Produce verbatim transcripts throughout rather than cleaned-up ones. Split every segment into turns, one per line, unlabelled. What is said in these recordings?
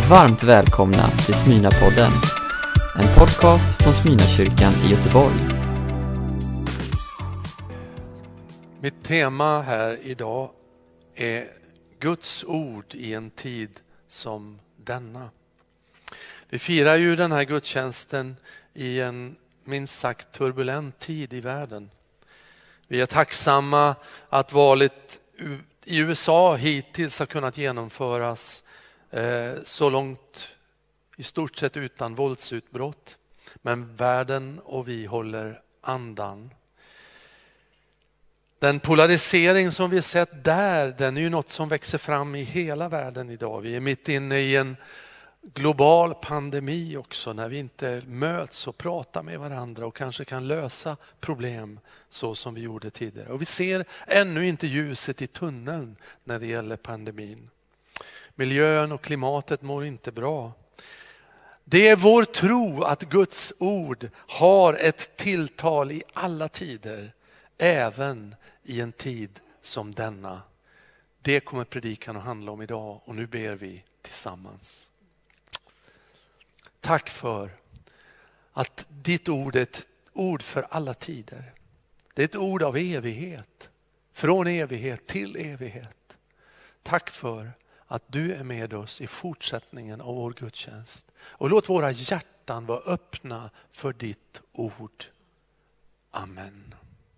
Varmt välkomna till Smyrna-podden, en podcast från Smyrna-kyrkan i Göteborg.
Mitt tema här idag är Guds ord i en tid som denna. Vi firar ju den här gudstjänsten i en minst sagt turbulent tid i världen. Vi är tacksamma att valet i U S A hittills har kunnat genomföras så långt i stort sett utan våldsutbrott. Men världen och vi håller andan. Den polarisering som vi sett där, den är ju något som växer fram i hela världen idag. Vi är mitt inne i en global pandemi också, när vi inte möts och pratar med varandra och kanske kan lösa problem så som vi gjorde tidigare. Och vi ser ännu inte ljuset i tunneln när det gäller pandemin. Miljön och klimatet mår inte bra. Det är vår tro att Guds ord har ett tilltal i alla tider, även i en tid som denna. Det kommer predikan att handla om idag, och nu ber vi tillsammans. Tack för att ditt ord är ett ord för alla tider. Det är ett ord av evighet, från evighet till evighet. Tack för att du är med oss i fortsättningen av vår gudstjänst. Och låt våra hjärtan vara öppna för ditt ord. Amen.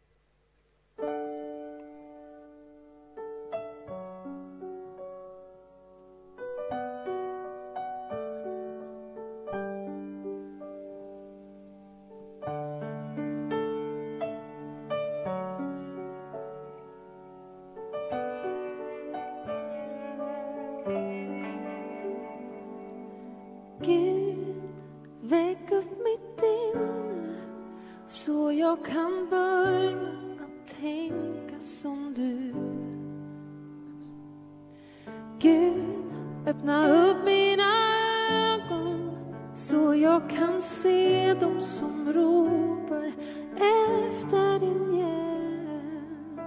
Kan börja att tänka som du. Gud, öppna upp mina ögon så jag kan se dem som ropar efter din hjälp.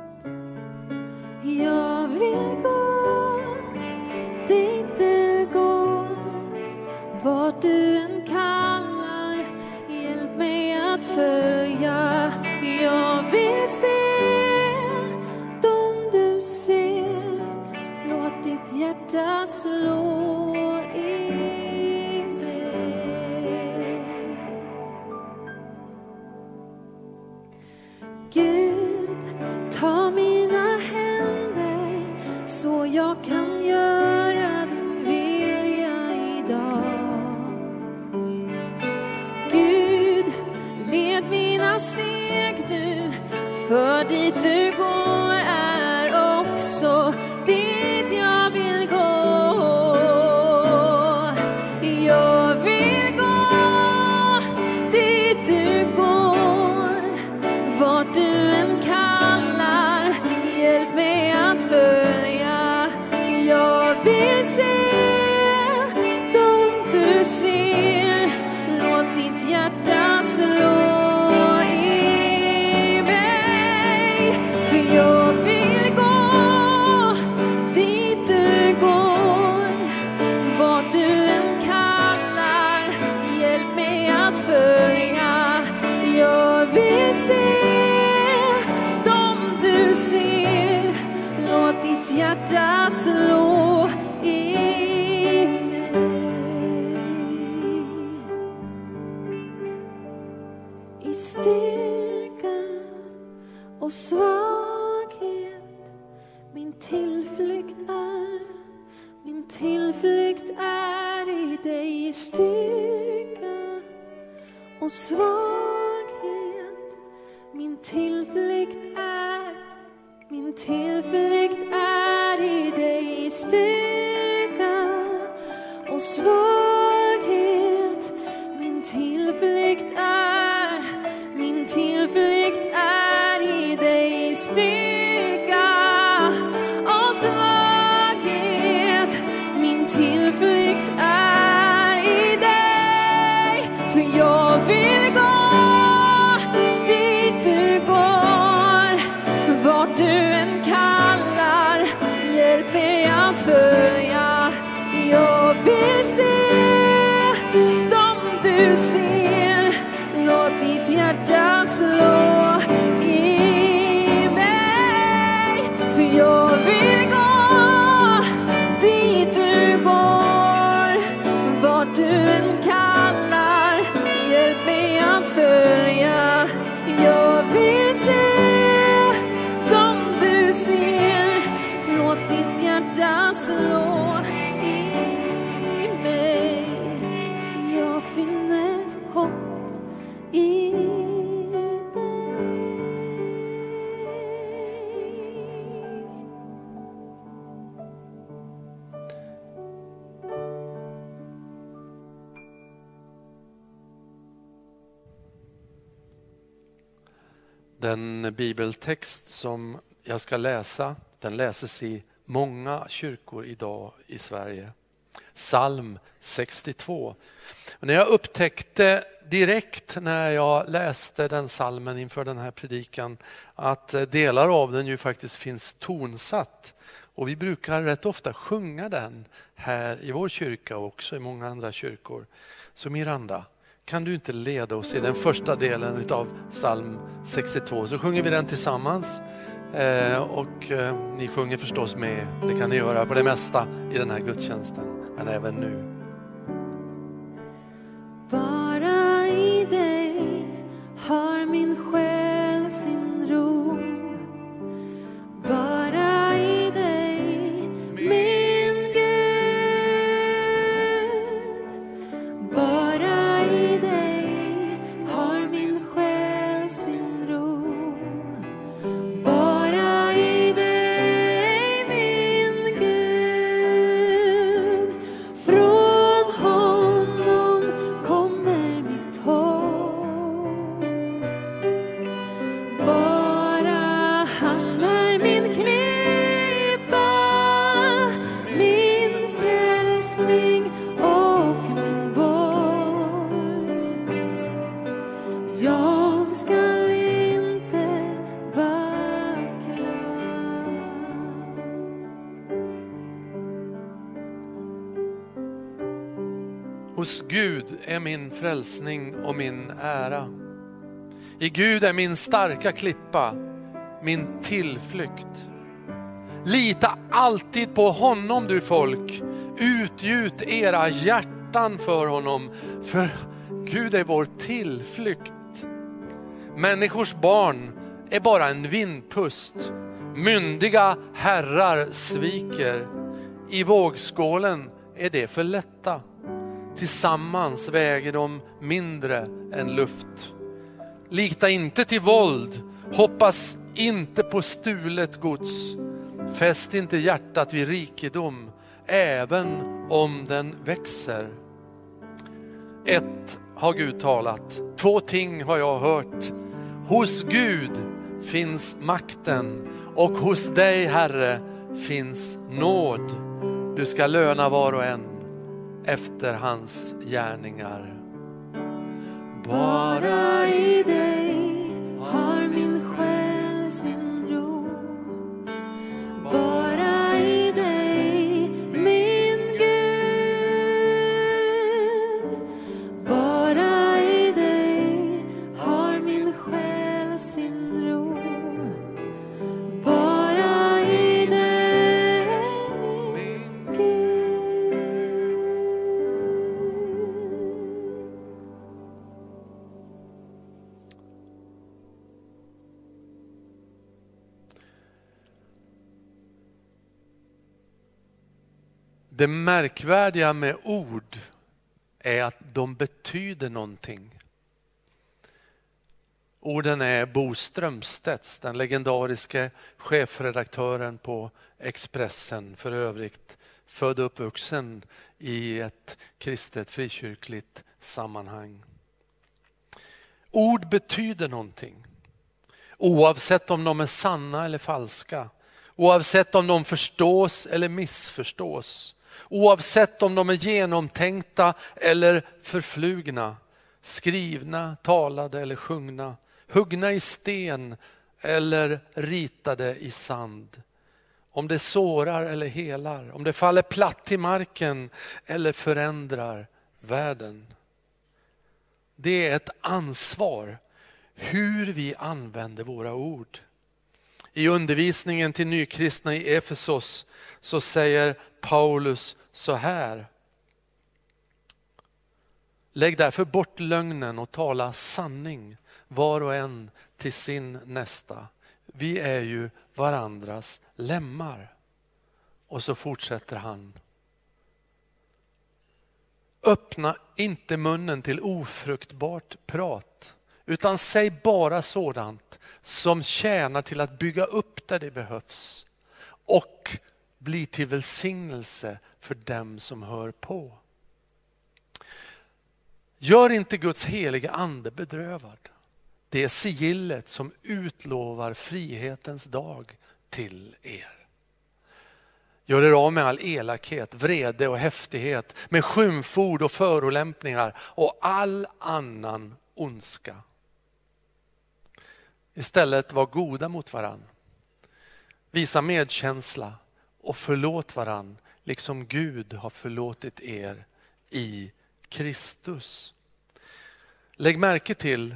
Jag vill gå dit du går, vart du än kallar, hjälp mig att följa. Jag vill se dem du ser, låt ditt hjärta slå i mig. Gud, ta mina händer så jag kan göra din vilja idag. Gud, led mina steg du, för dit du går är också dit jag vill gå. Jag vill gå dit du går, vart du än kallar, hjälp mig att följa. Jag vill se dem du ser, låt ditt hjärta slå. Hjärta slå i mig. I styrka och svaghet min tillflykt är, min tillflykt är i dig. I styrka och svaghet min tillflykt är, min tillflykt är i dig. I styrka och svaghet min tillflykt är, min tillflykt är i dig. I styrka och svaghet min tillflykt är i dig. För jag vill gå dit du går, vart du än kallar, hjälp mig att följa. Jag vill se
Den bibeltext som jag ska läsa, den läses i många kyrkor idag i Sverige. Psalm sextiotvå. Och när jag upptäckte direkt när jag läste den psalmen inför den här predikan att delar av den ju faktiskt finns tonsatt. Och vi brukar rätt ofta sjunga den här i vår kyrka och också i många andra kyrkor. Så Miranda, kan du inte leda oss i den första delen av psalm sextiotvå, så sjunger vi den tillsammans. Eh, och eh, ni sjunger förstås med, det kan ni göra på det mesta i den här gudstjänsten, men även nu.
Bara i dig har min själ sin ro. Bara i dig, min Gud. Bara i dig har min själ sin ro. Bara i dig, min Gud. Från honom kommer mitt hopp. Bara han är min klippa, min frälsning och min borg. Jag skall inte vackla.
Hos Gud är min frälsning och min ära. I Gud är min starka klippa, min tillflykt. Lita alltid på honom, du folk. Utgjut era hjärtan för honom, för Gud är vår tillflykt. Människors barn är bara en vindpust. Myndiga herrar sviker. I vågskålen är det för lätta. Tillsammans väger de mindre än luft. Lita inte till våld. Hoppas inte på stulet gods. Fäst inte hjärtat vid rikedom, även om den växer. Ett har Gud talat. Två ting har jag hört. Hos Gud finns makten, och hos dig, Herre, finns nåd. Du ska löna var och en efter hans gärningar.
Bara i dig har min själ sin ro. Bara i dig, min Gud. Bara i dig har min själ sin ro. Bara i dig, min Gud.
Det märkvärdiga med ord är att de betyder någonting. Orden är Bo Strömstedts, den legendariske chefredaktören på Expressen, för övrigt född och uppvuxen i ett kristet frikyrkligt sammanhang. Ord betyder någonting. Oavsett om de är sanna eller falska. Oavsett om de förstås eller missförstås. Oavsett om de är genomtänkta eller förflugna. Skrivna, talade eller sjungna. Huggna i sten eller ritade i sand. Om det sårar eller helar. Om det faller platt till marken eller förändrar världen. Det är ett ansvar hur vi använder våra ord. I undervisningen till nykristna i Efesos så säger Paulus så här: lägg därför bort lögnen och tala sanning, var och en till sin nästa. Vi är ju varandras lemmar. Och så fortsätter han: öppna inte munnen till ofruktbart prat, utan säg bara sådant som tjänar till att bygga upp där det behövs och bli till välsignelse för dem som hör på. Gör inte Guds heliga ande bedrövad. det sigillet som utlovar frihetens dag till er. Gör er av med all elakhet, vrede och häftighet, med skymford och förolämpningar och all annan ondska. Istället var goda mot varann. Visa medkänsla och förlåt varann, liksom Gud har förlåtit er i Kristus. Lägg märke till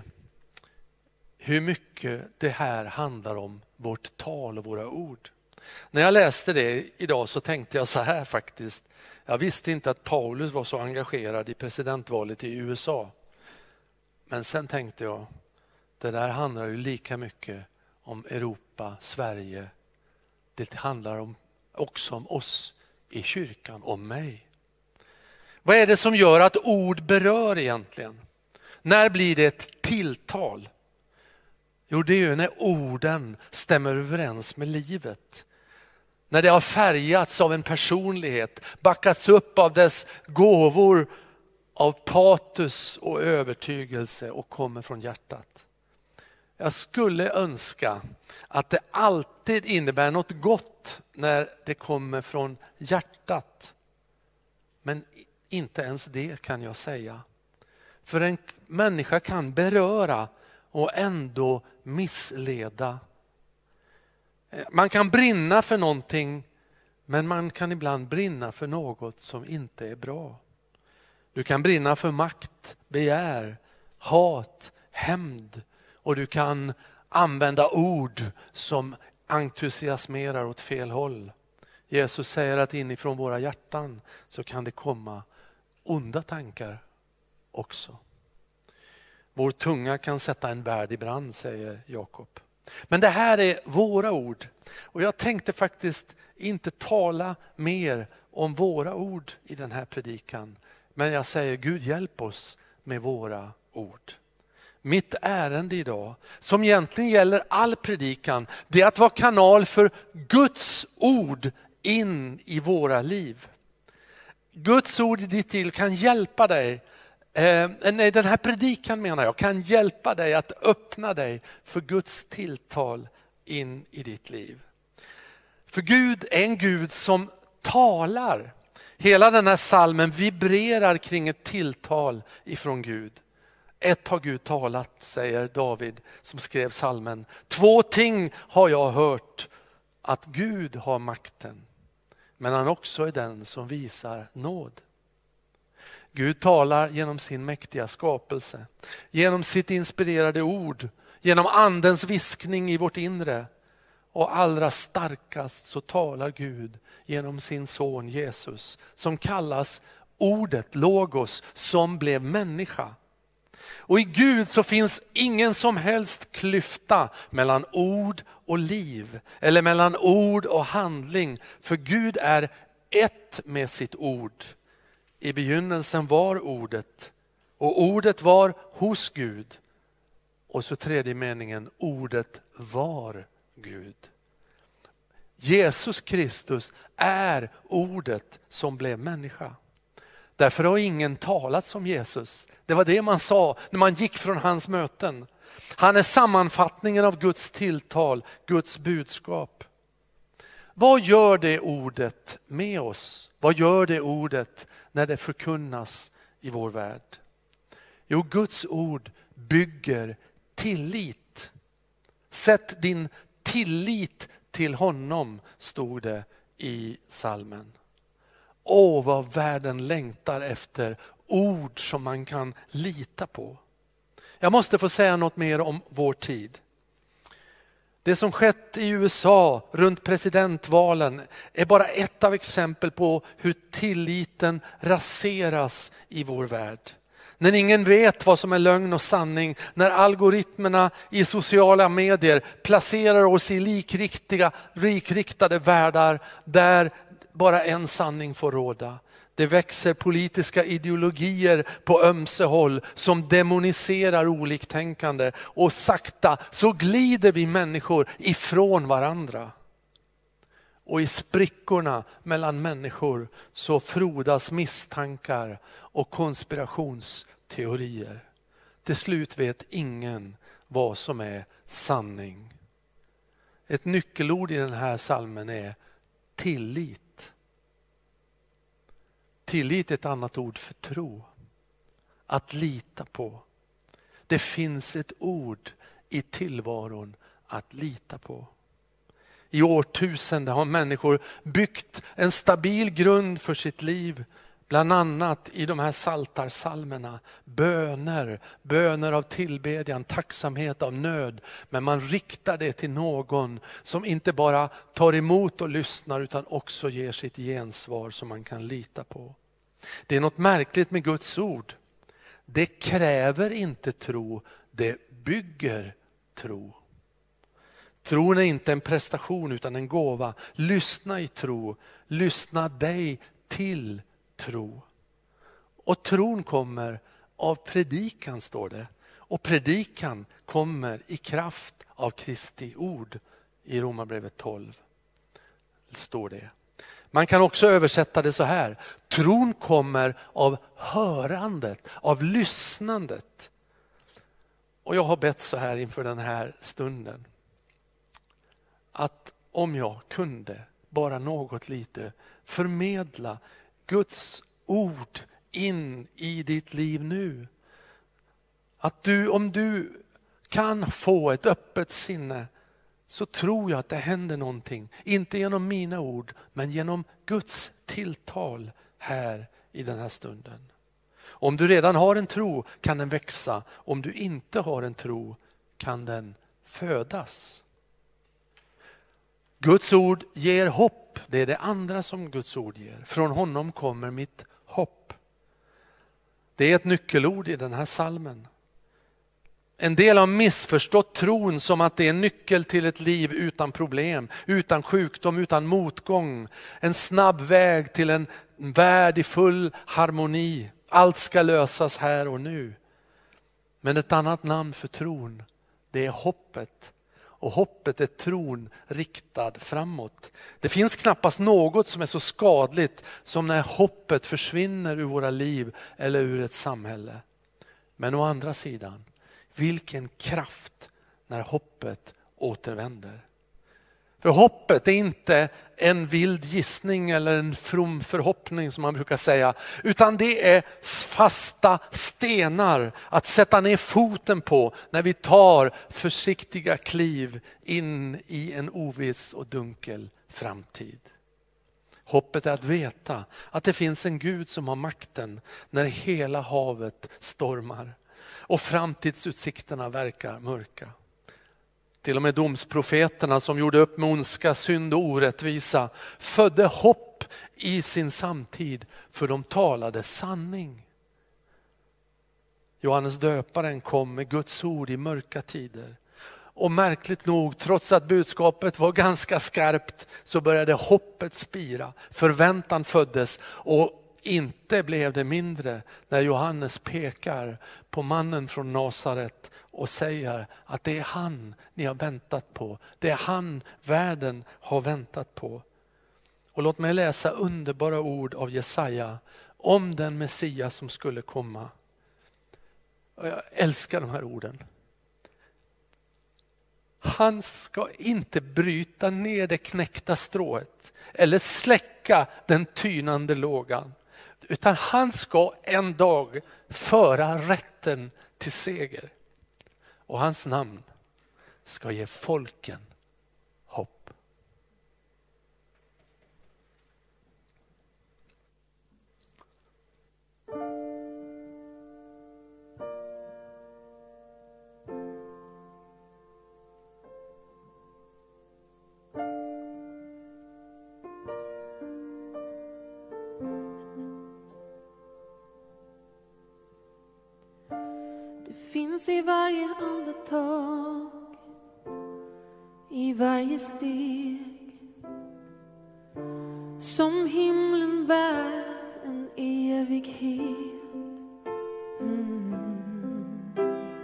hur mycket det här handlar om vårt tal och våra ord. När jag läste det idag så tänkte jag så här faktiskt. Jag visste inte att Paulus var så engagerad i presidentvalet i U S A. Men sen tänkte jag, det där handlar ju lika mycket om Europa, Sverige. Det handlar om, också om oss i kyrkan, om mig. Vad är det som gör att ord berör egentligen? När blir det ett tilltal? Jo, det är ju när orden stämmer överens med livet. När det har färgats av en personlighet, backats upp av dess gåvor, av patos och övertygelse och kommer från hjärtat. Jag skulle önska att det alltid innebär något gott när det kommer från hjärtat. Men inte ens det kan jag säga. För en människa kan beröra och ändå missleda. Man kan brinna för någonting, men man kan ibland brinna för något som inte är bra. Du kan brinna för makt, begär, hat, hämnd, och du kan använda ord som entusiasmerar åt fel håll. Jesus säger att inifrån våra hjärtan så kan det komma onda tankar också. Vår tunga kan sätta en värld i brand, säger Jakob. Men det här är våra ord. Och jag tänkte faktiskt inte tala mer om våra ord i den här predikan. Men jag säger, Gud hjälp oss med våra ord. Mitt ärende idag, som egentligen gäller all predikan, det är att vara kanal för Guds ord in i våra liv. Guds ord i ditt liv kan hjälpa dig. Eh, nej, den här predikan menar jag kan hjälpa dig att öppna dig för Guds tilltal in i ditt liv. För Gud är en Gud som talar. Hela den här salmen vibrerar kring ett tilltal ifrån Gud. Ett har Gud talat, säger David som skrev salmen. Två ting har jag hört, att Gud har makten. Men han också är den som visar nåd. Gud talar genom sin mäktiga skapelse, genom sitt inspirerade ord, genom andens viskning i vårt inre. Och allra starkast så talar Gud genom sin son Jesus, som kallas ordet, logos, som blev människa. Och i Gud så finns ingen som helst klyfta mellan ord och liv, eller mellan ord och handling. För Gud är ett med sitt ord. I begynnelsen var ordet, och ordet var hos Gud. Och så tredje meningen, ordet var Gud. Jesus Kristus är ordet som blev människa. Därför har ingen talat som Jesus. Det var det man sa när man gick från hans möten. Han är sammanfattningen av Guds tilltal, Guds budskap. Vad gör det ordet med oss? Vad gör det ordet när det förkunnas i vår värld? Jo, Guds ord bygger tillit. Sätt din tillit till honom, stod det i salmen. Åh, vad världen längtar efter ord som man kan lita på. Jag måste få säga något mer om vår tid. Det som skett i U S A runt presidentvalen är bara ett av exempel på hur tilliten raseras i vår värld. När ingen vet vad som är lögn och sanning, när algoritmerna i sociala medier placerar oss i likriktiga, likriktade världar där bara en sanning får råda. Det växer politiska ideologier på ömse håll som demoniserar oliktänkande, och sakta så glider vi människor ifrån varandra. Och i sprickorna mellan människor så frodas misstankar och konspirationsteorier. Till slut vet ingen vad som är sanning. Ett nyckelord i den här psalmen är tillit. Tillit är ett annat ord för tro. Att lita på. Det finns ett ord i tillvaron att lita på. I årtusenden har människor byggt en stabil grund för sitt liv. Bland annat i de här saltarsalmerna. Böner, böner av tillbedjan, tacksamhet av nöd. Men man riktar det till någon som inte bara tar emot och lyssnar utan också ger sitt gensvar som man kan lita på. Det är något märkligt med Guds ord. Det kräver inte tro, det bygger tro. Tron är inte en prestation utan en gåva. Lyssna i tro, lyssna dig till tro. Och tron kommer av predikan, står det. Och predikan kommer i kraft av Kristi ord. I Romarbrevet tolv står det. Man kan också översätta det så här. Tron kommer av hörandet, av lyssnandet. Och jag har bett så här inför den här stunden. Att om jag kunde bara något lite förmedla Guds ord in i ditt liv nu. Att du, om du kan få ett öppet sinne, så tror jag att det händer någonting. Inte genom mina ord, men genom Guds tilltal här i den här stunden. Om du redan har en tro kan den växa. Om du inte har en tro kan den födas. Guds ord ger hopp. Det är det andra som Guds ord ger. Från honom kommer mitt hopp. Det är ett nyckelord i den här psalmen. En del har missförstått tron som att det är en nyckel till ett liv utan problem, utan sjukdom, utan motgång. En snabb väg till en värld i full harmoni. Allt ska lösas här och nu. Men ett annat namn för tron, det är hoppet. Och hoppet är tron riktad framåt. Det finns knappast något som är så skadligt som när hoppet försvinner ur våra liv eller ur ett samhälle. Men å andra sidan, vilken kraft när hoppet återvänder. För hoppet är inte en vild gissning eller en from förhoppning som man brukar säga. Utan det är fasta stenar att sätta ner foten på när vi tar försiktiga kliv in i en oviss och dunkel framtid. Hoppet är att veta att det finns en Gud som har makten när hela havet stormar. Och framtidsutsikterna verkar mörka. Till och med domsprofeterna som gjorde upp med ondska, synd och orättvisa födde hopp i sin samtid, för de talade sanning. Johannes döparen kom med Guds ord i mörka tider. Och märkligt nog, trots att budskapet var ganska skarpt, så började hoppet spira. Förväntan föddes, och inte blev det mindre när Johannes pekar på mannen från Nasaret och säger att det är han ni har väntat på. Det är han världen har väntat på. Och låt mig läsa underbara ord av Jesaja om den Messias som skulle komma. Och jag älskar de här orden. Han ska inte bryta ner det knäckta strået eller släcka den tynande lågan. Utan han ska en dag föra rätten till seger. Och hans namn ska ge folken hopp.
Finns i varje andetag, i varje steg, som himlen bär en evighet. Mm.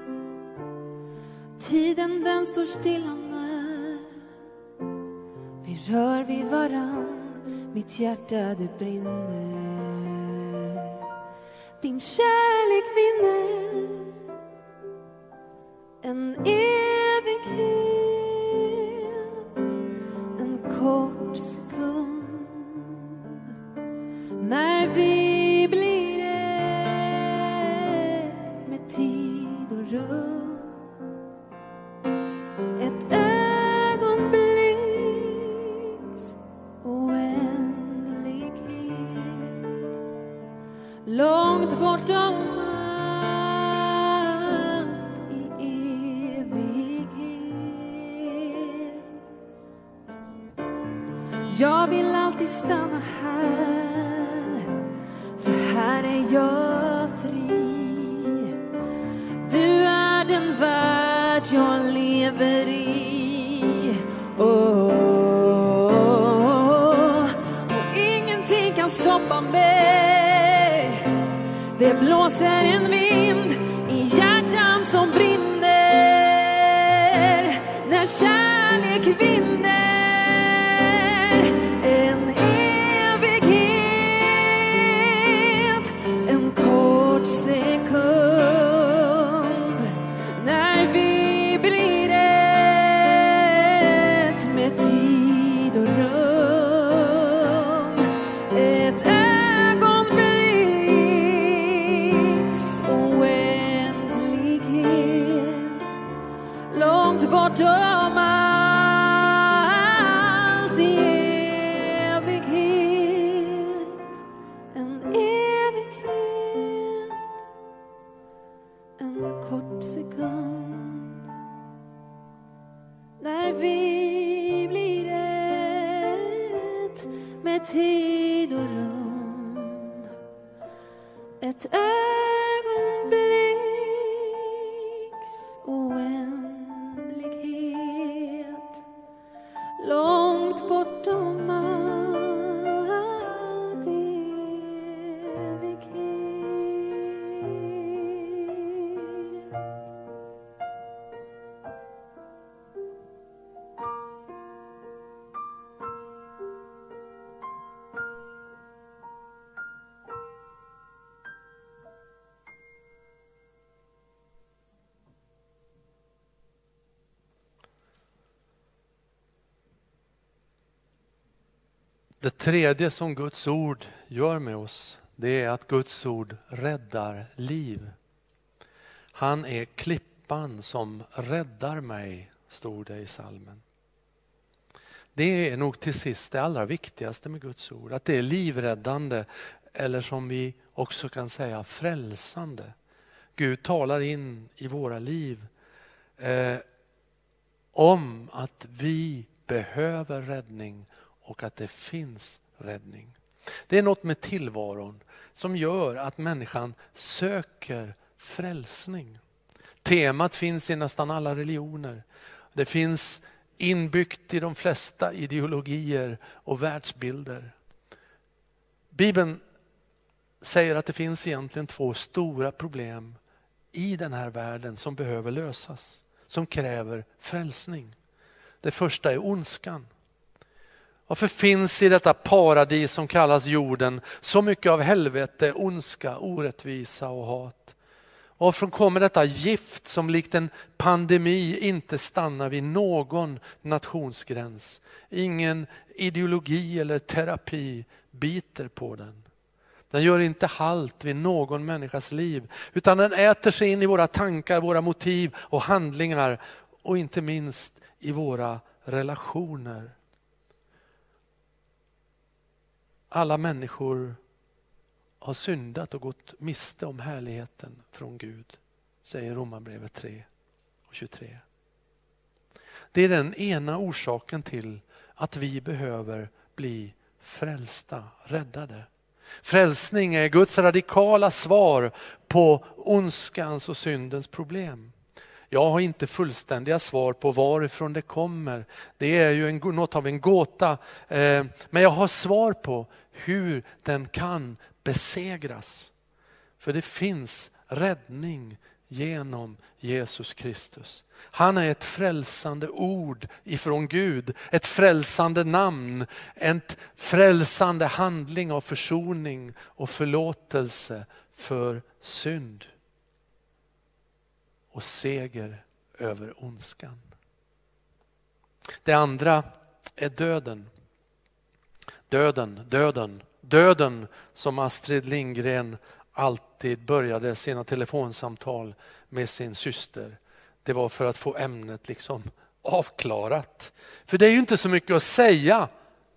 Tiden den står stilla när vi rör vid varann, mitt hjärta det brinner. Din kärlek vinner en långt bortom allt i evighet. Jag vill alltid stanna här, för här är jag fri. Du är den värld jag lever i. Oh. Och ingenting kan stoppa mig. Det blåser en vind i hjärtan som brinner. När kärlek vinner en evighet, en kort sekund. När vi blir ett med tid och rum, ett ögonblicks oändlighet, långt bortom allt i evighet, en evighet, en kort sekund. När vi blir ett med tid och rum, ett ögonblicks oändlighet, långt bortom allt evighet.
Det tredje som Guds ord gör med oss, det är att Guds ord räddar liv. Han är klippan som räddar mig, stod det i psalmen. Det är nog till sist det allra viktigaste med Guds ord. Att det är livräddande, eller som vi också kan säga frälsande. Gud talar in i våra liv eh, om att vi behöver räddning och att det finns räddning. Det är något med tillvaron som gör att människan söker frälsning. Temat finns i nästan alla religioner. Det finns inbyggt i de flesta ideologier och världsbilder. Bibeln säger att det finns egentligen två stora problem i den här världen som behöver lösas, som kräver frälsning. Det första är ondskan. Varför finns i detta paradis som kallas jorden så mycket av helvete, ondska, orättvisa och hat? Varför kommer detta gift som likt en pandemi inte stannar vid någon nationsgräns? Ingen ideologi eller terapi biter på den. Den gör inte halt vid någon människas liv, utan den äter sig in i våra tankar, våra motiv och handlingar, och inte minst i våra relationer. Alla människor har syndat och gått miste om härligheten från Gud, säger Romarbrevet tre och tjugotre. Det är den ena orsaken till att vi behöver bli frälsta, räddade. Frälsning är Guds radikala svar på ondskans och syndens problem. Jag har inte fullständiga svar på varifrån det kommer. Det är ju en, något av en gåta. Eh, men jag har svar på hur den kan besegras. För det finns räddning genom Jesus Kristus. Han är ett frälsande ord ifrån Gud. Ett frälsande namn. En frälsande handling av försoning och förlåtelse för synd. Och seger över ondskan. Det andra är döden. Döden, döden, döden som Astrid Lindgren alltid började sina telefonsamtal med sin syster. Det var för att få ämnet liksom avklarat. För det är ju inte så mycket att säga.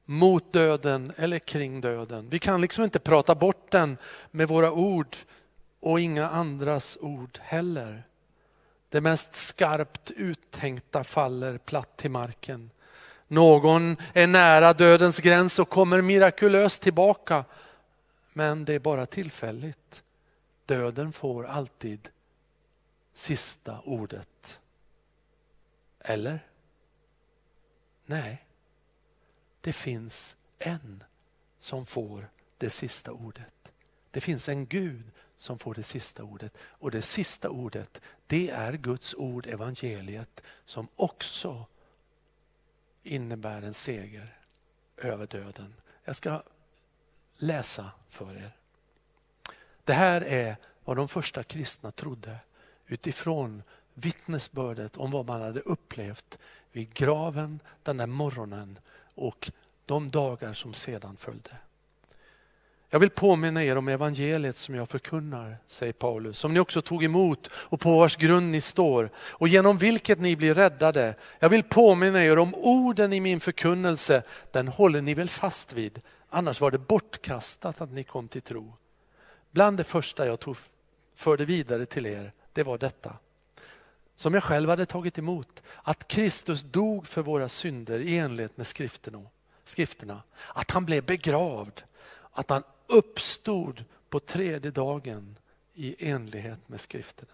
mot döden eller kring döden. Vi kan liksom inte prata bort den med våra ord och inga andras ord heller. Det mest skarpt uttänkta faller platt till marken. Någon är nära dödens gräns och kommer mirakulöst tillbaka. Men det är bara tillfälligt. Döden får alltid sista ordet. Eller? Nej. Det finns en som får det sista ordet. Det finns en Gud som får det sista ordet. Och det sista ordet, det är Guds ord, evangeliet, som också innebär en seger över döden. Jag ska läsa för er. Det här är vad de första kristna trodde utifrån vittnesbördet om vad man hade upplevt vid graven den där morgonen och de dagar som sedan följde. Jag vill påminna er om evangeliet som jag förkunnar, säger Paulus, som ni också tog emot och på vars grund ni står och genom vilket ni blir räddade. Jag vill påminna er om orden i min förkunnelse, den håller ni väl fast vid, annars var det bortkastat att ni kom till tro. Bland det första jag tog, förde vidare till er, det var detta. Som jag själv hade tagit emot, att Kristus dog för våra synder i enlighet med skrifterna. skrifterna. Att han blev begravd, att han uppstod på tredje dagen i enlighet med skrifterna.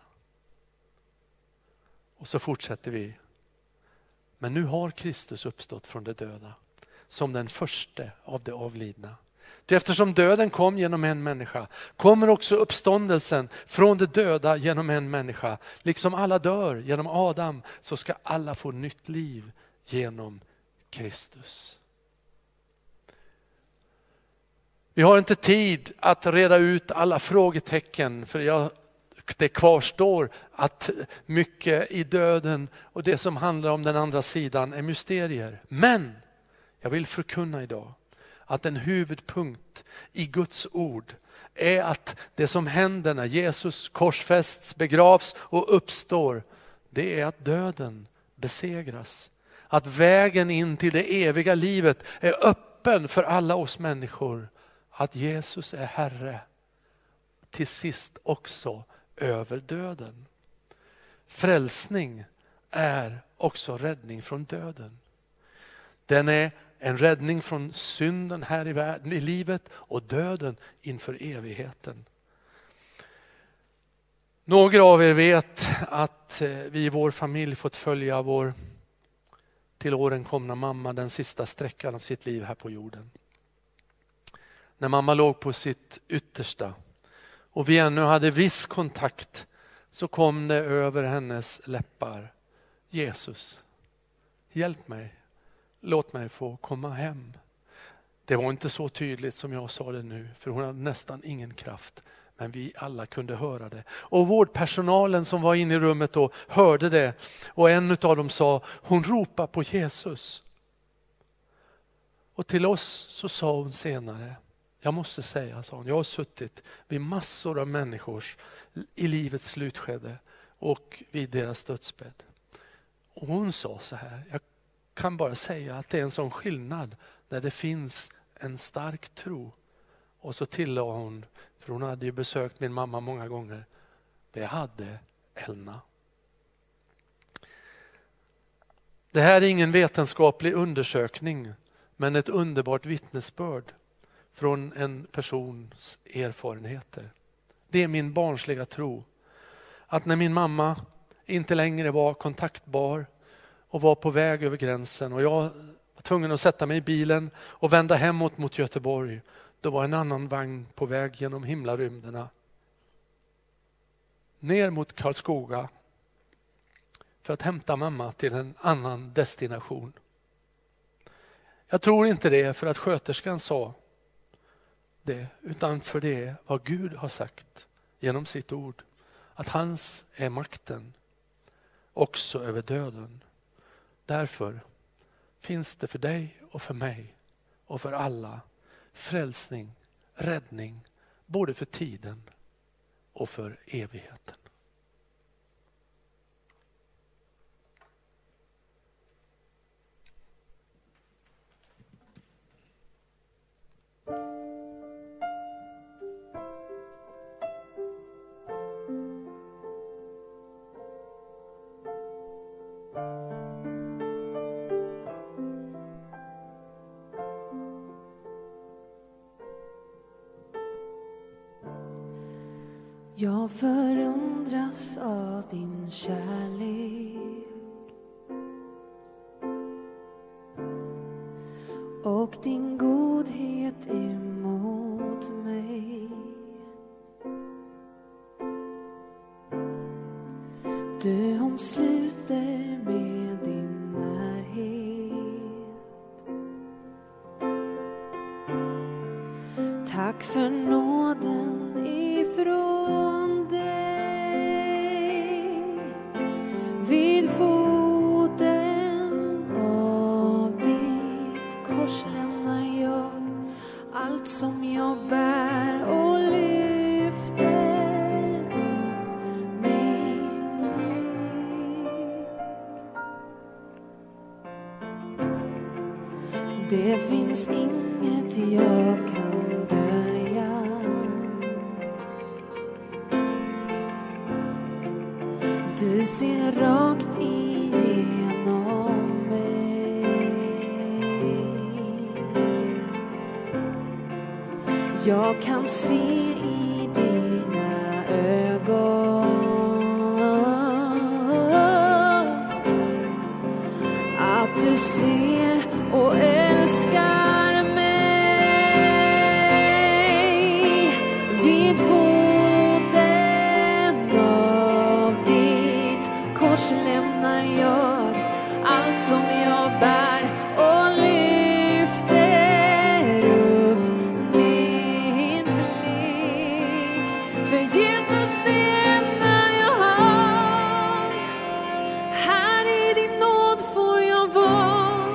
Och så fortsätter vi. Men nu har Kristus uppstått från de döda som den första av de avlidna. Ty eftersom döden kom genom en människa kommer också uppståndelsen från de döda genom en människa. Liksom alla dör genom Adam så ska alla få nytt liv genom Kristus. Vi har inte tid att reda ut alla frågetecken, för jag, det kvarstår att mycket i döden och det som handlar om den andra sidan är mysterier. Men jag vill förkunna idag att en huvudpunkt i Guds ord är att det som händer när Jesus korsfästs, begravs och uppstår, det är att döden besegras. Att vägen in till det eviga livet är öppen för alla oss människor. Att Jesus är Herre till sist också över döden. Frälsning är också räddning från döden. Den är en räddning från synden här i världen, i livet, och döden inför evigheten. Några av er vet att vi i vår familj fått följa vår till åren komna mamma den sista sträckan av sitt liv här på jorden. När mamma låg på sitt yttersta och vi ännu hade viss kontakt, så kom det över hennes läppar: Jesus, hjälp mig, låt mig få komma hem. Det var inte så tydligt som jag sa det nu, för hon hade nästan ingen kraft, men vi alla kunde höra det. Och vårdpersonalen som var inne i rummet då hörde det, och en av dem sa: hon ropar på Jesus. Och till oss så sa hon senare: jag måste säga, sa hon, jag har suttit vid massor av människors i livets slutskede och vid deras dödsbädd. Och hon sa så här: jag kan bara säga att det är en sån skillnad när det finns en stark tro. Och så tillade hon, för hon hade ju besökt min mamma många gånger: det hade Elna. Det här är ingen vetenskaplig undersökning, men ett underbart vittnesbörd från en persons erfarenheter. Det är min barnsliga tro att när min mamma inte längre var kontaktbar och var på väg över gränsen och jag var tvungen att sätta mig i bilen och vända hemåt mot Göteborg, då var en annan vagn på väg genom himlarymderna ner mot Karlskoga för att hämta mamma till en annan destination. Jag tror inte det för att sköterskan sa det, utan för det vad Gud har sagt genom sitt ord, att hans är makten också över döden. Därför finns det för dig och för mig och för alla frälsning, räddning, både för tiden och för evigheten.
Jag förundras av din kärlek och din godhet emot mig. Du omsluter med din närhet. Tack för nåden ifrån dig. Vid foten av ditt kors lämnar jag allt som jag bär och lyfter upp min blick. Det finns inget jag kan dölja. Du ser rakt igenom mig. Jag kan se i dina ögon att du ser och älskar mig. Vid foten av ditt kors lämnar jag allt som jag bär och lyfter upp min blick. För Jesus, det enda jag har. Här i din nåd får jag vara.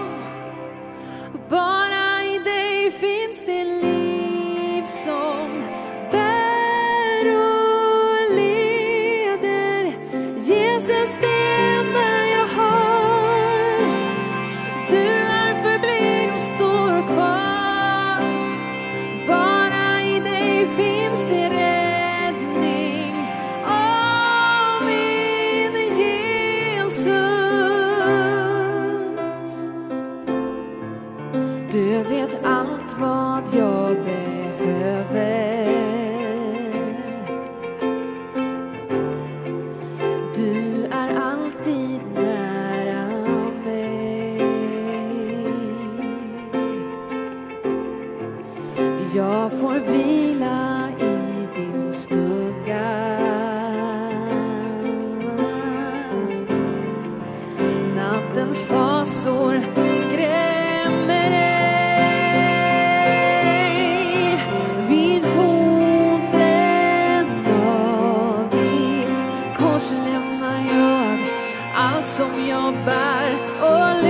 Bara i dig finns det liv som bär och leder. Jesus, det enda jag har. Du är förblir och står kvar. Bara i dig finns det räddning. Åh, min Jesus. Du vet allt vad jag behöver. Du är alltid nära mig. Jag får vila i din skugga. Nattens fasor skrämmer ej. Vid foten av ditt kors lämnar jag allt som jag bär och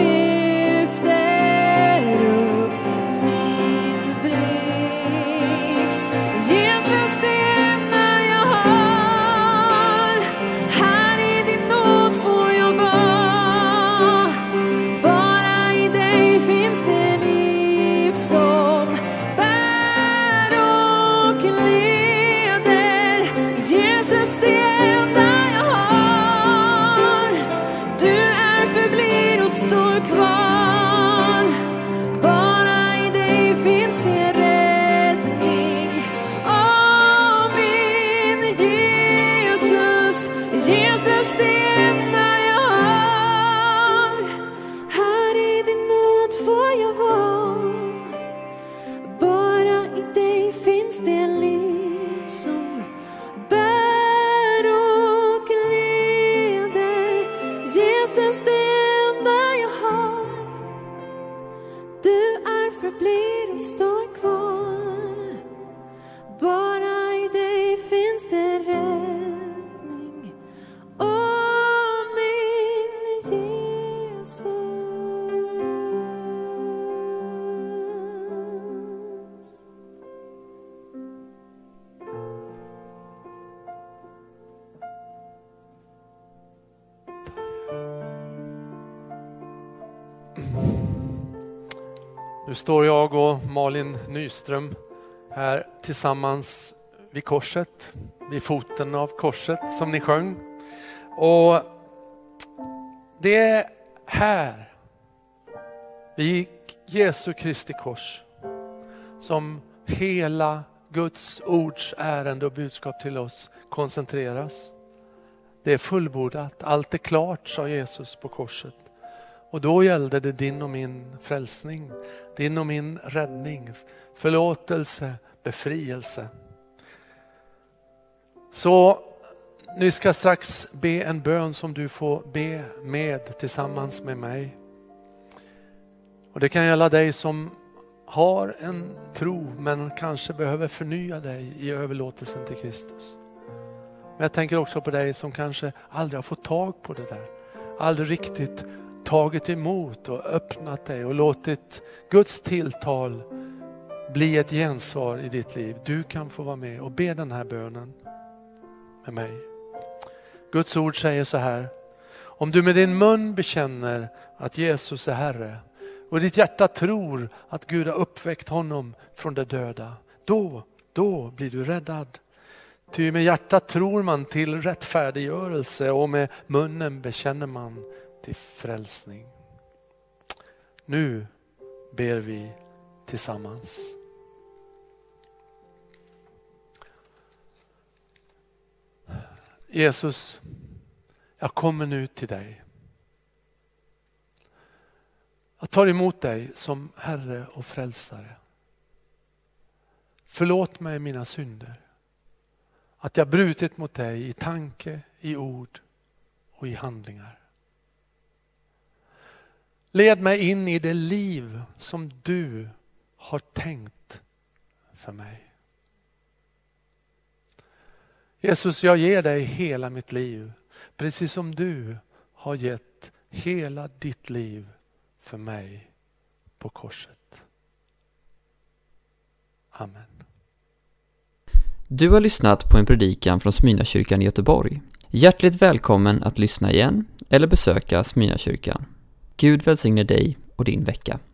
lyfter upp min blick. Jesus, det enda jag har. Här i din nåd får jag vara. Bara i dig finns det liv som bär och leder. Jesus, det enda jag har. Du är förblir och står kvar. Bara i dig finns det räddning. Åh, min Jesus. Jesus, det enda jag har. Här i din nåd får jag vara. Bara i dig finns det liv som bär och leder. Jesus, det enda jag har. Du är förblir och står kvar. Bara i dig finns det räddning. Åh, min Jesus.
Nu står jag och Malin Nyström här tillsammans vid korset, vid foten av korset som ni sjöng. Och det är här, vid Jesu Kristi kors, som hela Guds ords ärende och budskap till oss koncentreras. Det är fullbordat, allt är klart, sa Jesus på korset. Och då gällde det din och min frälsning, din och min räddning, förlåtelse, befrielse. Så vi ska strax be en bön som du får be med tillsammans med mig. Och det kan gälla dig som har en tro men kanske behöver förnya dig i överlåtelsen till Kristus. Men jag tänker också på dig som kanske aldrig har fått tag på det där. Aldrig riktigt tagit emot och öppnat dig och låtit Guds tilltal bli ett gensvar i ditt liv. Du kan få vara med och be den här bönen med mig. Guds ord säger så här: om du med din mun bekänner att Jesus är Herre och ditt hjärta tror att Gud har uppväckt honom från de döda, då, då blir du räddad. Ty med hjärtat tror man till rättfärdiggörelse och med munnen bekänner man till frälsning. Nu ber vi tillsammans. Jesus, jag kommer nu till dig. Jag tar emot dig som Herre och frälsare. Förlåt mig mina synder. Att jag brutit mot dig i tanke, i ord och i handlingar. Led mig in i det liv som du har tänkt för mig. Jesus, jag ger dig hela mitt liv, precis som du har gett hela ditt liv för mig på korset. Amen.
Du har lyssnat på en predikan från Smyrnakyrkan i Göteborg. Hjärtligt välkommen att lyssna igen eller besöka Smyrnakyrkan. Gud välsigne dig och din vecka.